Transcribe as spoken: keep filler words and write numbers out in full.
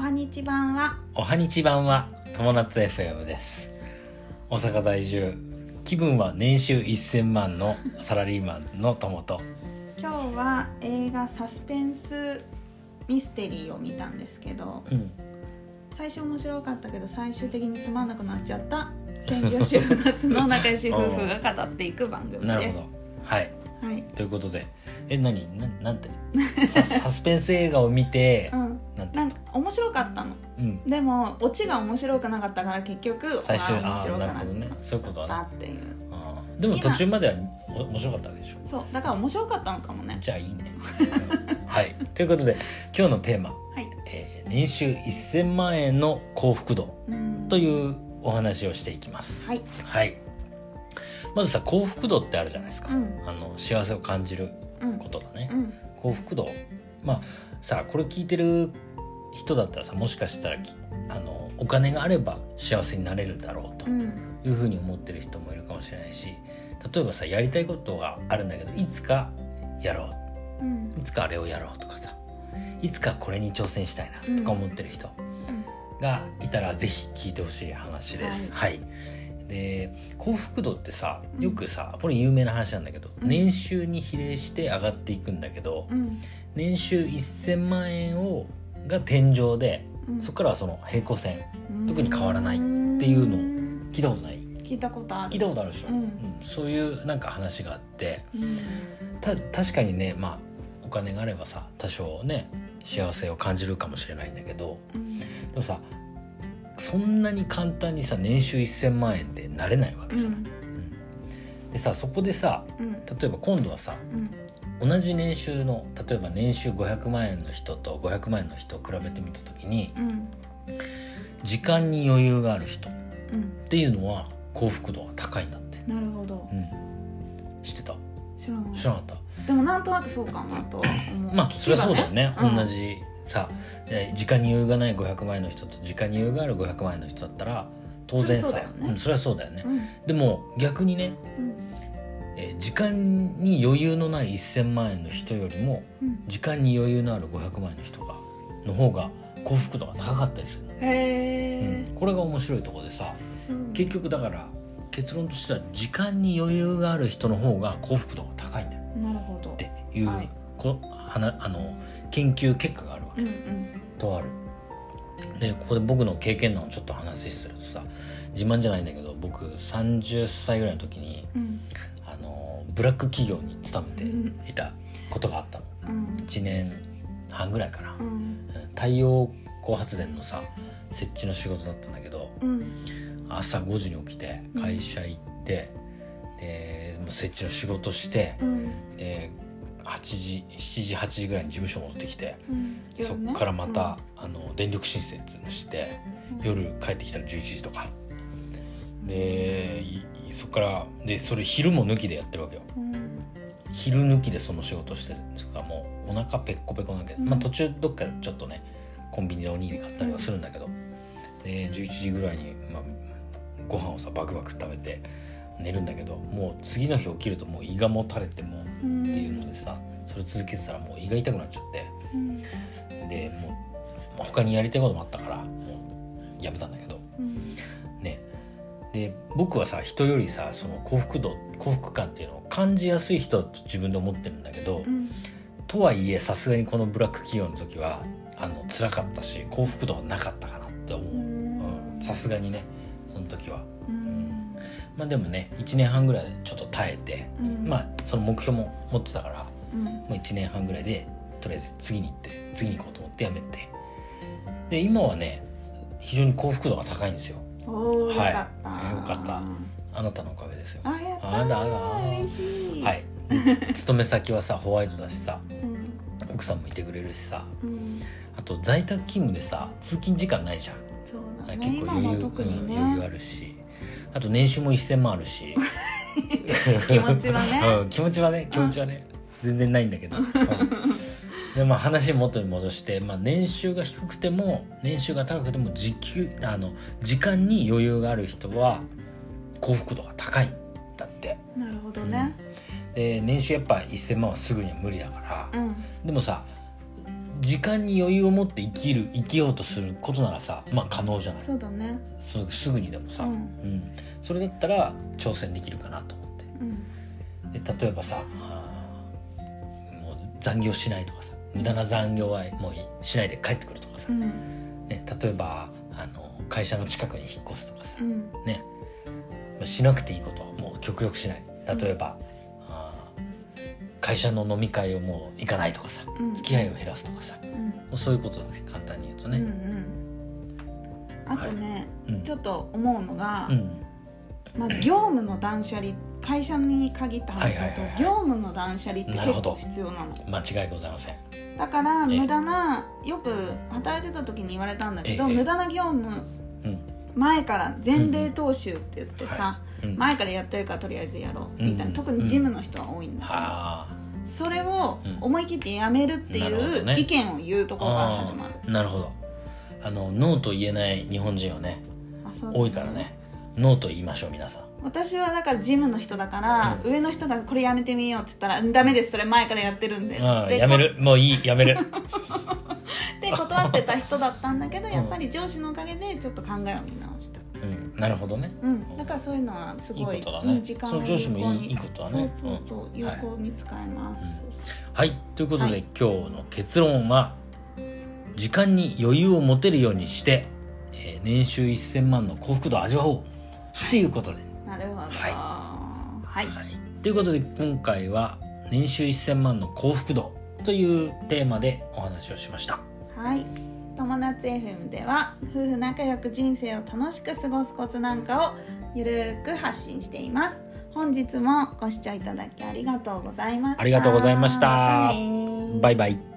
はにち版はおはにち版は友達 エフエム です。大阪在住、気分は年収せんまんのサラリーマンの友と、 今日は映画サスペンスミステリーを見たんですけど、うん、最初面白かったけど最終的につまんなくなっちゃった専業主婦夏の仲良し夫婦が語っていく番組です。 なるほど、はい、はい、ということで、え、何ななんてサ, サスペンス映画を見て、うん、なんてなんか面白かったの、うん、でもオチが面白くなかったから結局最初面白くなかった、 ね、そういうことはねっていう。 あでも途中までは面白かったわけでしょ。 そうだから面白かったのかもね。 じゃあいいねはいということで今日のテーマ、はいえー、年収せんまん円の幸福度というお話をしていきます。はい、はい、まずさ幸福度ってあるじゃないですか、うん、あの幸せを感じることだね、うん、幸福度、まあさこれ聞いてる人だったらさもしかしたらあのお金があれば幸せになれるだろうというふうに思ってる人もいるかもしれないし、例えばさやりたいことがあるんだけどいつかやろう、うん、いつかあれをやろうとかさいつかこれに挑戦したいなとか思ってる人がいたらぜひ聞いてほしい話です、はい、はいで幸福度ってさよくさ、うん、これ有名な話なんだけど、うん、年収に比例して上がっていくんだけど、うん、年収せんまん円をが天井で、うん、そこからはその平行線、うん、特に変わらないっていうのを聞いたことない？ 聞いたことある。 聞いたことあるでしょ、うんうん、そういうなんか話があって、うん、た確かにね、まあお金があればさ多少ね幸せを感じるかもしれないんだけど、うん、でもさそんなに簡単にさ年収せんまん円ってなれないわけじゃない、うんうん、でさそこでさ、うん、例えば今度はさ、うん、同じ年収の例えば年収ごひゃくまん円の人とごひゃくまん円の人を比べてみたときに、うん、時間に余裕がある人っていうのは幸福度が高いんだって。 なるほど、うん、 知ってた？ 知らない。 知らなかった。 でもなんとなくそうかなと思うまあそれはそうだよね、うん、同じさ時間に余裕がないごひゃくまん円の人と時間に余裕があるごひゃくまん円の人だったら当然さ そ, う、ねうん、それはそうだよね、うん、でも逆にね、うんえー、時間に余裕のないせんまん円の人よりも、うん、時間に余裕のあるごひゃくまん円の人がの方が幸福度が高かったりするの。へー、うん、これが面白いところでさ、うん、結局だから結論としては時間に余裕がある人の方が幸福度が高いんだよ。 なるほどっていう、はい、こはなあの研究結果があるわけ、うんうん、とある。でここで僕の経験談をちょっと話するとさ自慢じゃないんだけど僕さんじゅっさいぐらいの時に、うん、あのブラック企業に勤めていたことがあったの、うん、いちねんはんぐらいかな、うん、太陽光発電のさ設置の仕事だったんだけど、うん、朝ごじに起きて会社行って、うん、で設置の仕事して、うんではちじしちじはちじぐらいに事務所戻ってきて、うんそっからまた、うん、あの電力申請して、うん、夜帰ってきたらじゅういちじとかでそっからでそれ昼も抜きでやってるわけよ、うん、昼抜きでその仕事してるんですからもうお腹ペッコペコなんだけど、うんまあ、途中どっかちょっとねコンビニでおにぎり買ったりはするんだけど、でじゅういちじぐらいに、まあ、ご飯をさバクバク食べて寝るんだけどもう次の日起きるともう胃がもたれてもっていうのでさそれ続けてたらもう胃が痛くなっちゃって、うん、でもう他にやりたいこともあったからもうやめたんだけど、うん、ねで僕はさ人よりさその幸福度幸福感っていうのを感じやすい人だと自分で思ってるんだけど、うん、とはいえさすがにこのブラック企業の時はあの辛かったし幸福度はなかったかなって思うさすがにねその時は、うんまあ、でもねいちねんはんぐらいでちょっと耐えて、うん、まあその目標も持ってたから、うんまあ、いちねんはんぐらいでとりあえず次に行って次に行こうと思ってやめてで今はね非常に幸福度が高いんですよ。 おー、 はい、 よかったよかったあなたのおかげですよ。 あやったーあだあだ嬉しい。 はい勤め先はさホワイトだしさ、うん、奥さんもいてくれるしさ、うん、あと在宅勤務でさ通勤時間ないじゃん。 そうだね、 結構余裕、特にね、余裕あるしあと年収もせんまんあるし気持ちはね、 うん、気持ちはね気持ちはね全然ないんだけど、うん、でまあ話元に戻して、まあ、年収が低くても年収が高くても時給あの時間に余裕がある人は幸福度が高いんだって。 なるほどね、 うん、で年収やっぱせんまんはすぐには無理だから、うん、でもさ時間に余裕を持って生きる生きようとすることならさ、まあ可能じゃない。 そうだね。 す, すぐにでもさ、うんうん、それだったら挑戦できるかなと思って、うん、で例えばさもう残業しないとかさ、無駄な残業はもうしないで帰ってくるとかさ、うんね、例えばあの会社の近くに引っ越すとかさ、うんね、しなくていいことはもう極力しない。例えば、うん、あ会社の飲み会をもう行かないとかさ、うん、付き合いを減らすとかさ、うん、もうそういうことだね、簡単に言うとね、うんうん、 あとね、はい、ちょっと思うのが、うんまあ、業務の断捨離、会社に限った話だと、はいはいはいはい、業務の断捨離って結構必要なの。 間違いございません。 だから無駄な、よく働いてた時に言われたんだけど、無駄な業務、うん、前から前例踏襲って言ってさ、うんはいうん、前からやってるからとりあえずやろうみたいな、うん、特に事務の人は多いんだけど、うん、それを思い切ってやめるっていう意見を言うところから始まる、 うん、なるほど。あのノーと言えない日本人はね、あ、そうだね、多いからね。ノーと言いましょう皆さん。 私はだから事務の人だから、うん、上の人がこれやめてみようって言ったら、ダメです、それ前からやってるんで、 うん、やめる、もういい、やめるで断ってた人だったんだけど、やっぱり上司のおかげでちょっと考えを見直した、 うん、なるほどね、 うん、だからそういうのはすごい、いいことだね、時間を有効に、その上司もいい、いいことだね、そうそうそう、有効に使えます、はい、そうそう、 はい、ということで、はい、今日の結論は、時間に余裕を持てるようにして、えー、年収せんまんの幸福度を味わおう、はい、っていうことで、 なるほど、はい、 はいはい、ということで今回は年収せんまんの幸福度というテーマでお話をしました。 はい、友達 エフエム では夫婦仲良く人生を楽しく過ごすコツなんかをゆるく発信しています。本日もご視聴いただきありがとうございました。 ありがとうございました。 またね。 バイバイ。